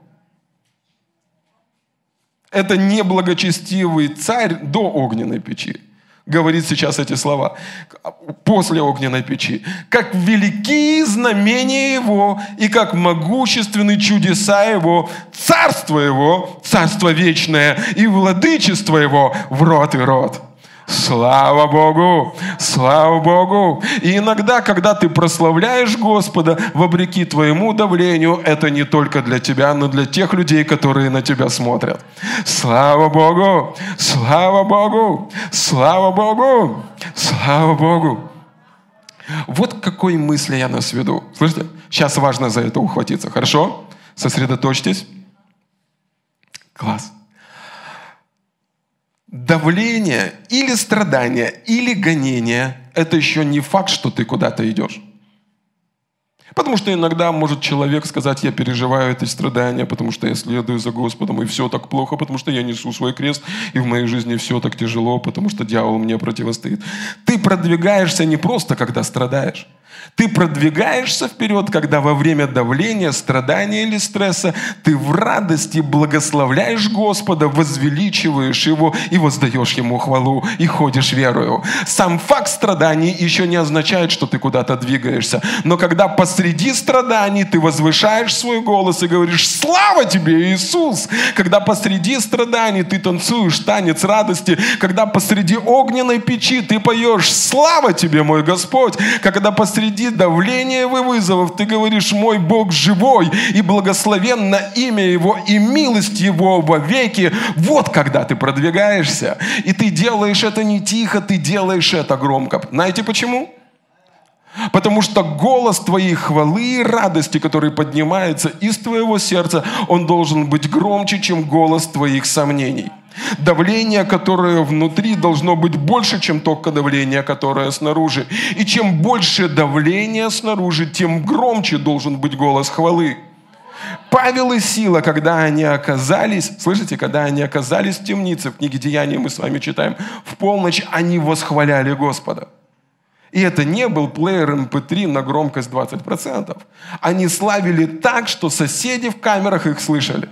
Это неблагочестивый царь до огненной печи. Говорит сейчас эти слова. После огненной печи. Как велики знамения его, и как могущественны чудеса его, царство вечное, и владычество его в род и род. Слава Богу! Слава Богу! И иногда, когда ты прославляешь Господа, вопреки твоему давлению, это не только для тебя, но для тех людей, которые на тебя смотрят. Слава Богу! Слава Богу! Слава Богу! Слава Богу! Вот к какой мысли я нас веду. Слышите? Сейчас важно за это ухватиться. Хорошо? Сосредоточьтесь. Класс. Давление или страдание, или гонение – это еще не факт, что ты куда-то идешь. Потому что иногда может человек сказать: я переживаю эти страдания, потому что я следую за Господом, и все так плохо, потому что я несу свой крест, и в моей жизни все так тяжело, потому что дьявол мне противостоит. Ты продвигаешься не просто, когда страдаешь. Ты продвигаешься вперед, когда во время давления, страдания или стресса ты в радости благословляешь Господа, возвеличиваешь Его и воздаешь Ему хвалу, и ходишь верою. Сам факт страданий еще не означает, что ты куда-то двигаешься. Но когда посреди страданий ты возвышаешь свой голос и говоришь: «Слава тебе, Иисус!» Когда посреди страданий ты танцуешь танец радости, когда посреди огненной печи ты поешь: «Слава тебе, мой Господь!» Когда посреди давления и вызовов ты говоришь: «Мой Бог живой, и благословенно имя Его, и милость Его вовеки». Вот когда ты продвигаешься. И ты делаешь это не тихо, ты делаешь это громко. Знаете почему? Потому что голос твоей хвалы и радости, который поднимается из твоего сердца, он должен быть громче, чем голос твоих сомнений. Давление, которое внутри, должно быть больше, чем только давление, которое снаружи. И чем больше давления снаружи, тем громче должен быть голос хвалы. Павел и Сила, когда они оказались, слышите, когда они оказались в темнице, в книге Деяний мы с вами читаем, в полночь они восхваляли Господа. И это не был плеер MP3 на громкость 20%. Они славили так, что соседи в камерах их слышали.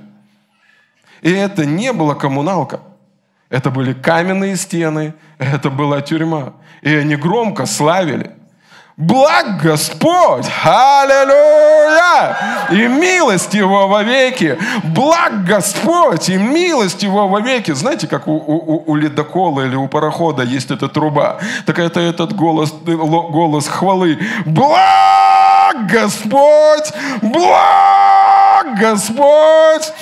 И это не была коммуналка. Это были каменные стены, это была тюрьма. И они громко славили: «Благ Господь! Аллилуйя! И милость Его вовеки! Благ Господь! И милость Его вовеки!» Знаете, как у ледокола или у парохода есть эта труба? Так это этот голос хвалы. «Благ Господь! Благ Господь!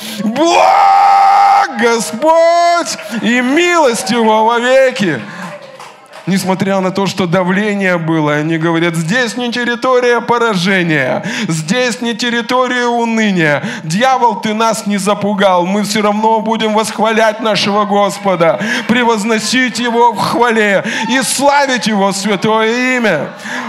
Благ Господь! И милость Его вовеки!» Несмотря на то, что давление было, они говорят: здесь не территория поражения, здесь не территория уныния. Дьявол, ты нас не запугал, мы все равно будем восхвалять нашего Господа, превозносить Его в хвале и славить Его святое имя.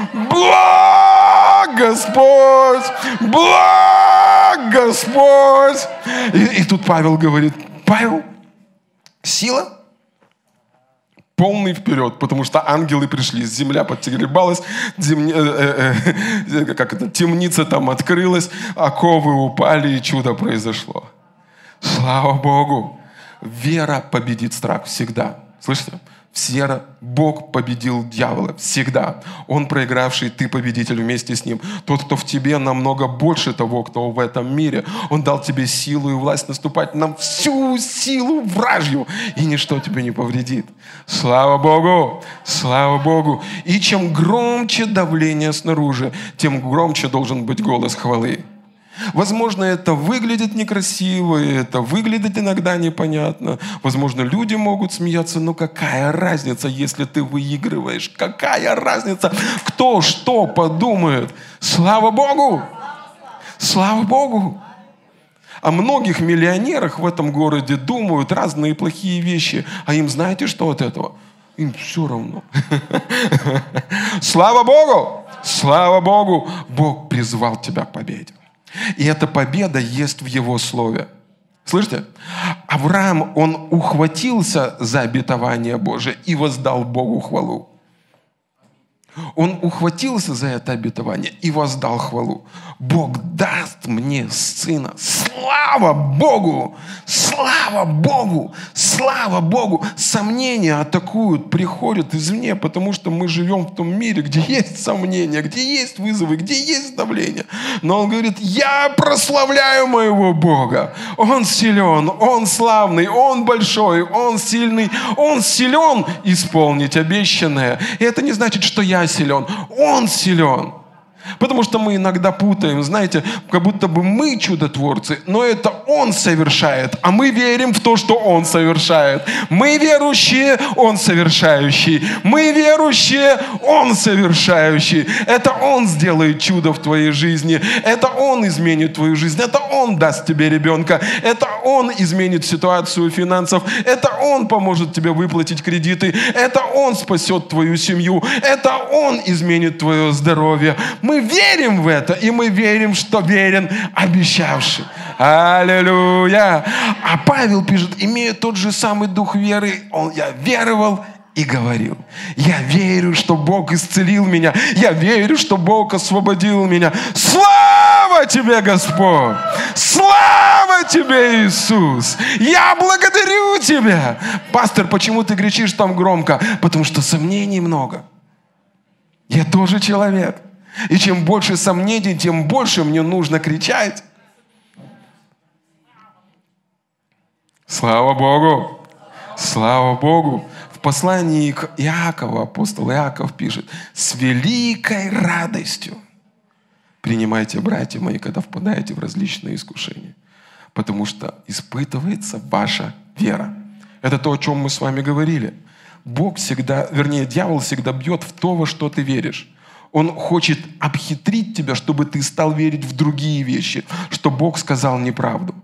Благ Господь! Благ Господь! И тут Павел говорит: Павел, Сила? Полный вперед, потому что ангелы пришли, земля подтегребалась, темница там открылась, оковы упали, и чудо произошло. Слава Богу! Вера победит страх всегда. Слышите? Вера, Бог победил дьявола всегда. Он проигравший, ты победитель вместе с ним. Тот, кто в тебе, намного больше того, кто в этом мире. Он дал тебе силу и власть наступать на всю силу вражью, и ничто тебе не повредит. Слава Богу! Слава Богу! И чем громче давление снаружи, тем громче должен быть голос хвалы. Возможно, это выглядит некрасиво, и это выглядит иногда непонятно. Возможно, люди могут смеяться, но какая разница, если ты выигрываешь? Какая разница, кто что подумает? Слава Богу! Слава Богу! О многих миллионерах в этом городе думают разные плохие вещи, а им знаете, что от этого? Им все равно. Слава Богу! Слава Богу! Бог призвал тебя к победе. И эта победа есть в Его Слове. Слышите? Авраам, он ухватился за обетование Божие и воздал Богу хвалу. Он ухватился за это обетование и воздал хвалу. Бог даст мне сына. Слава Богу! Слава Богу! Слава Богу! Сомнения атакуют, приходят извне, потому что мы живем в том мире, где есть сомнения, где есть вызовы, где есть давление. Но он говорит, я прославляю моего Бога. Он силен, Он славный, Он большой, Он сильный, Он силен исполнить обещанное. И это не значит, что я силен. Он силен. Потому что мы иногда путаем, знаете, как будто бы мы чудотворцы, но это Он совершает, а мы верим в то, что Он совершает. Мы верующие, Он совершающий. Мы верующие, Он совершающий. Это Он сделает чудо в твоей жизни. Это Он изменит твою жизнь. Это Он даст тебе ребенка. Это Он изменит ситуацию финансов. Это Он поможет тебе выплатить кредиты. Это Он спасет твою семью. Это Он изменит твое здоровье. Мы верим в это, и мы верим, что верен обещавший. Аллилуйя! А Павел пишет, имея тот же самый дух веры, я веровал и говорил. Я верю, что Бог исцелил меня. Я верю, что Бог освободил меня. Слава тебе, Господь! Слава тебе, Иисус! Я благодарю тебя! Пастор, почему ты кричишь там громко? Потому что сомнений много. Я тоже человек. И чем больше сомнений, тем больше мне нужно кричать. Слава Богу! Слава Богу! В послании к Иакову апостол Иаков пишет: «С великой радостью принимайте, братья мои, когда впадаете в различные искушения, потому что испытывается ваша вера». Это то, о чем мы с вами говорили. Бог всегда, вернее, дьявол всегда бьет в то, во что ты веришь. Он хочет обхитрить тебя, чтобы ты стал верить в другие вещи, что Бог сказал неправду.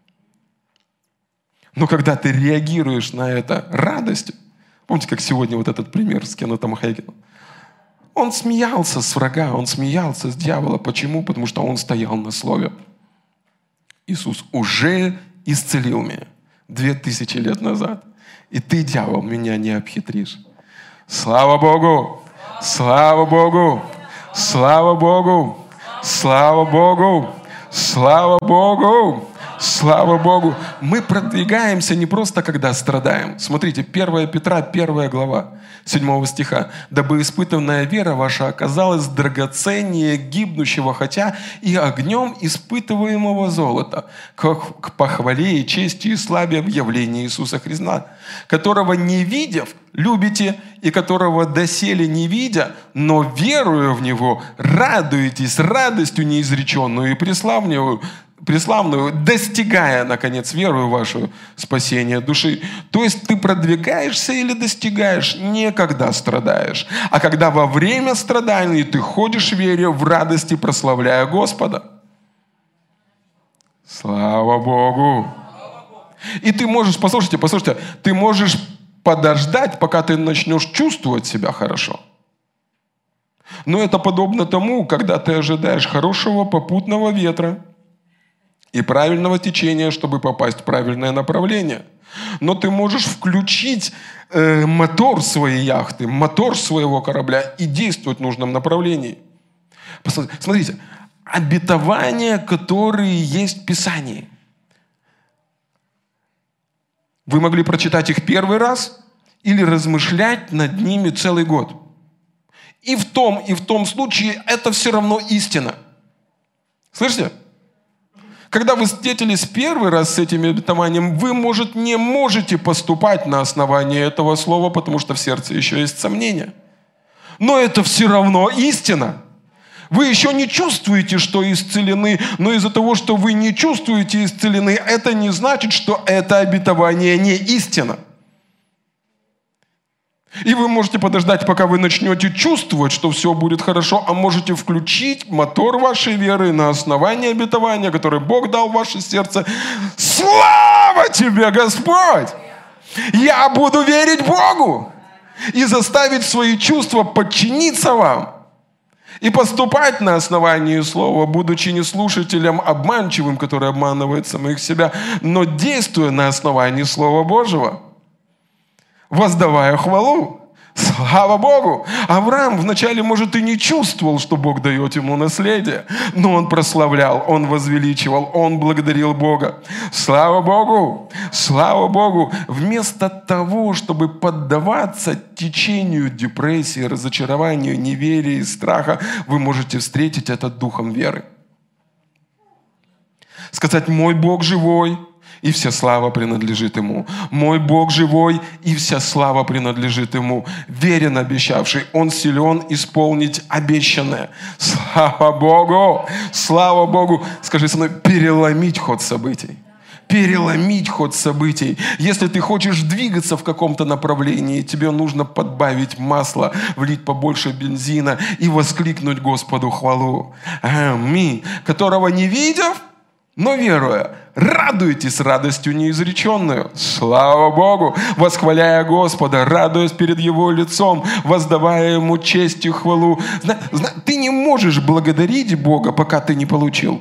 Но когда ты реагируешь на это радостью, помните, как сегодня вот этот пример с Кеннетом Хейгеном? Он смеялся с врага, он смеялся с дьявола. Почему? Потому что он стоял на слове. Иисус уже исцелил меня 2000 лет назад. И ты, дьявол, меня не обхитришь. Слава Богу! Слава Богу! Слава Богу! Слава Богу! Слава Богу! Слава Богу! Мы продвигаемся не просто, когда страдаем. Смотрите, 1 Петра, 1 глава, 7 стиха. «Дабы испытанная вера ваша оказалась драгоценнее гибнущего, хотя и огнем испытываемого золота, к похвале и чести и славе в явлении Иисуса Христа, которого не видев, любите, и которого доселе не видя, но веруя в Него, радуетесь радостью неизреченную и преславную, достигая, наконец, верую вашу спасение души». То есть ты продвигаешься или достигаешь не когда страдаешь, а когда во время страданий ты ходишь в вере, в радости, прославляя Господа. Слава Богу! И ты можешь, послушайте, ты можешь подождать, пока ты начнешь чувствовать себя хорошо. Но это подобно тому, когда ты ожидаешь хорошего попутного ветра и правильного течения, чтобы попасть в правильное направление. Но ты можешь включить мотор своей яхты, мотор своего корабля и действовать в нужном направлении. Смотрите, обетования, которые есть в Писании. Вы могли прочитать их первый раз или размышлять над ними целый год. И в том случае это все равно истина. Слышите? Когда вы встретились первый раз с этим обетованием, вы, может, не можете поступать на основании этого слова, потому что в сердце еще есть сомнения. Но это все равно истина. Вы еще не чувствуете, что исцелены, но из-за того, что вы не чувствуете исцелены, это не значит, что это обетование не истина. И вы можете подождать, пока вы начнете чувствовать, что все будет хорошо, а можете включить мотор вашей веры на основании обетования, которое Бог дал в ваше сердце. Слава тебе, Господь! Я буду верить Богу и заставить свои чувства подчиниться вам. И поступать на основании слова, будучи не слушателем обманчивым, который обманывает самих себя, но действуя на основании Слова Божьего, воздавая хвалу. Слава Богу! Авраам вначале, может, и не чувствовал, что Бог дает ему наследие, но он прославлял, он возвеличивал, он благодарил Бога. Слава Богу! Слава Богу! Вместо того, чтобы поддаваться течению депрессии, разочарованию, неверия и страха, вы можете встретить это духом веры. Сказать: «Мой Бог живой, и вся слава принадлежит Ему. Мой Бог живой, и вся слава принадлежит Ему. Верен обещавший, Он силен исполнить обещанное». Слава Богу! Слава Богу! Скажи со мной: переломить ход событий. Переломить ход событий. Если ты хочешь двигаться в каком-то направлении, тебе нужно подбавить масла, влить побольше бензина и воскликнуть Господу хвалу. Аминь. Которого не видев, но веруя, радуйтесь радостью неизреченную. Слава Богу! Восхваляя Господа, радуясь перед Его лицом, воздавая Ему честь и хвалу. Ты не можешь благодарить Бога, пока ты не получил.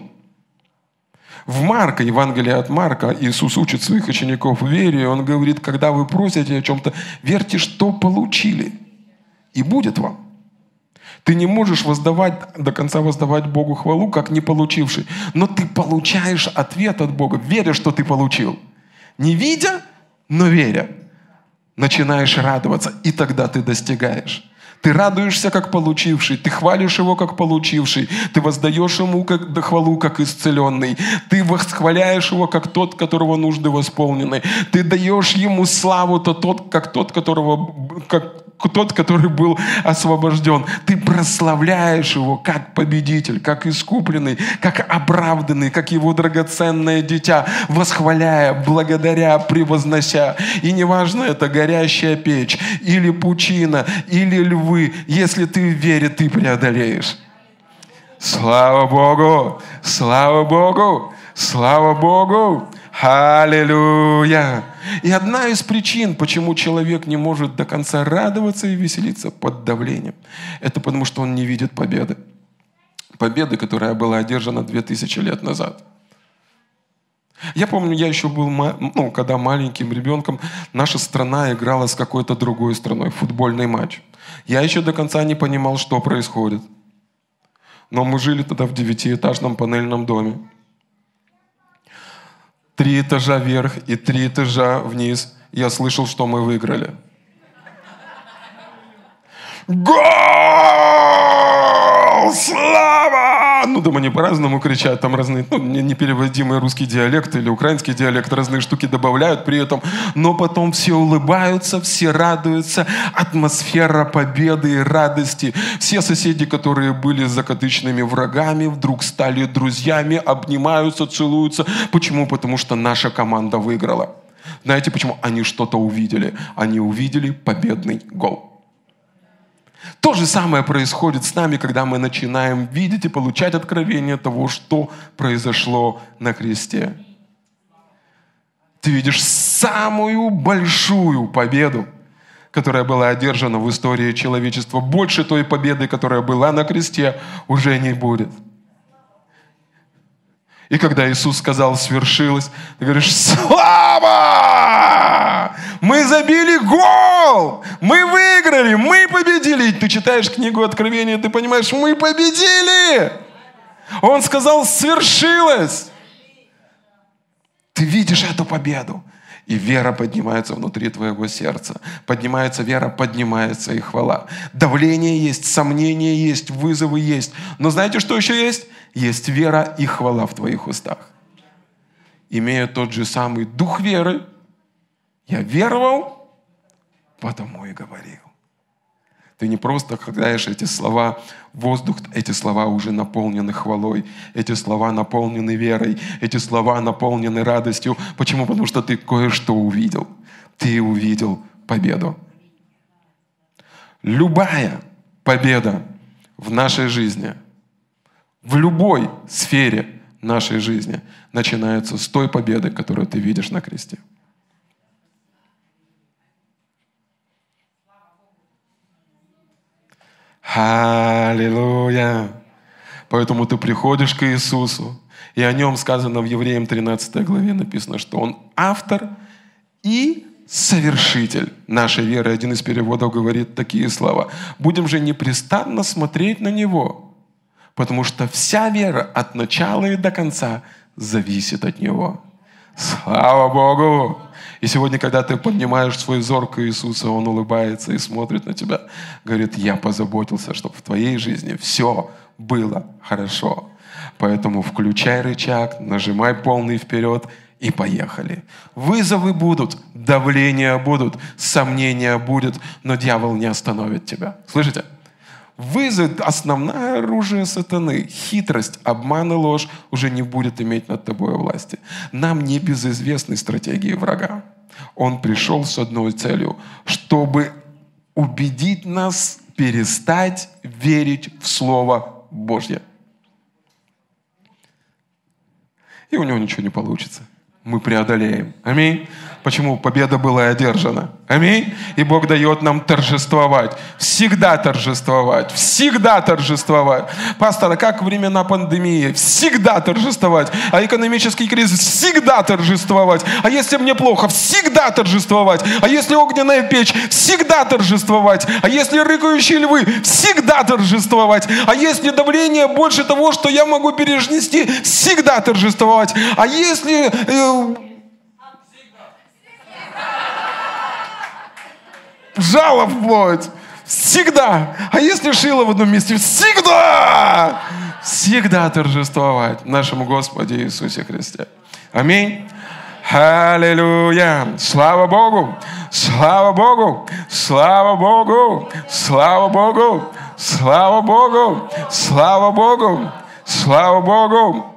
В Марка, Евангелие от Марка, Иисус учит своих учеников вере. Он говорит: когда вы просите о чем-то, верьте, что получили, и будет вам. Ты не можешь до конца воздавать Богу хвалу, как не получивший. Но ты получаешь ответ от Бога, веря, что ты получил. Не видя, но веря. Начинаешь радоваться, и тогда ты достигаешь. Ты радуешься, как получивший, ты хвалишь Его, как получивший, ты воздаешь Ему хвалу, как исцеленный, ты восхваляешь Его, как тот, которого нужды восполнены, ты даешь Ему славу, как тот, который был освобожден. Ты прославляешь Его как победитель, как искупленный, как оправданный, как Его драгоценное дитя, восхваляя, благодаря, превознося. И неважно, это горящая печь, или пучина, или львы, если ты в вере, ты преодолеешь. Слава Богу! Слава Богу! Слава Богу! Аллилуйя! И одна из причин, почему человек не может до конца радоваться и веселиться под давлением, это потому, что он не видит победы. Победы, которая была одержана 2000 лет назад. Я помню, я еще был, когда маленьким ребенком, наша страна играла с какой-то другой страной, футбольный матч. Я еще до конца не понимал, что происходит. Но мы жили тогда в 9-этажном панельном доме. 3 этажа вверх и 3 этажа вниз. Я слышал, что мы выиграли. Гол! Слава! Дома не по-разному кричат, там разные, непереводимый русский диалект или украинский диалект, разные штуки добавляют при этом, но потом все улыбаются, все радуются, атмосфера победы и радости. Все соседи, которые были закадычными врагами, вдруг стали друзьями, обнимаются, целуются. Почему? Потому что наша команда выиграла. Знаете почему? Они что-то увидели. Они увидели победный гол. То же самое происходит с нами, когда мы начинаем видеть и получать откровение того, что произошло на кресте. Ты видишь самую большую победу, которая была одержана в истории человечества. Больше той победы, которая была на кресте, уже не будет. И когда Иисус сказал «свершилось», ты говоришь: «Слава! Мы забили гол! Мы выиграли! Мы победили!» И ты читаешь книгу Откровения, ты понимаешь: мы победили! Он сказал «свершилось!» Ты видишь эту победу. И вера поднимается внутри твоего сердца. Поднимается вера, поднимается и хвала. Давление есть, сомнения есть, вызовы есть. Но знаете, что еще есть? Есть вера и хвала в твоих устах. Имея тот же самый дух веры, я веровал, потому и говорил. Ты не просто кидаешь эти слова в воздух, эти слова уже наполнены хвалой, эти слова наполнены верой, эти слова наполнены радостью. Почему? Потому что ты кое-что увидел. Ты увидел победу. Любая победа в нашей жизни, в любой сфере нашей жизни начинается с той победы, которую ты видишь на кресте. Аллилуйя. Поэтому ты приходишь к Иисусу, и о нем сказано в Евреям 13 главе, написано, что он автор и совершитель нашей веры. Один из переводов говорит такие слова. Будем же непрестанно смотреть на него, потому что вся вера от начала и до конца зависит от него. Слава Богу! И сегодня, когда ты поднимаешь свой взор к Иисусу, Он улыбается и смотрит на тебя, говорит: я позаботился, чтобы в твоей жизни все было хорошо. Поэтому включай рычаг, нажимай полный вперед и поехали. Вызовы будут, давления будут, сомнения будут, но дьявол не остановит тебя. Слышите? Вызов, основное оружие сатаны, хитрость, обман и ложь уже не будет иметь над тобой власти. Нам не безызвестны стратегии врага. Он пришел с одной целью, чтобы убедить нас перестать верить в Слово Божье. И у него ничего не получится. Мы преодолеем. Аминь. Почему? Победа была одержана. Аминь. И Бог дает нам торжествовать. Всегда торжествовать. Всегда торжествовать. Пастор, а как времена пандемии? Всегда торжествовать. А экономический кризис? Всегда торжествовать. А если мне плохо? Всегда торжествовать. А если огненная печь? Всегда торжествовать. А если рыкающие львы? Всегда торжествовать. А если давление больше того, что я могу перенести? Всегда торжествовать. А если... жало в плоть. Всегда. А если шило в одном месте? Всегда. Всегда торжествовать нашему Господе Иисусе Христе. Аминь. Аллилуйя. Слава Богу. Слава Богу. Слава Богу. Слава Богу. Слава Богу. Слава Богу. Слава Богу.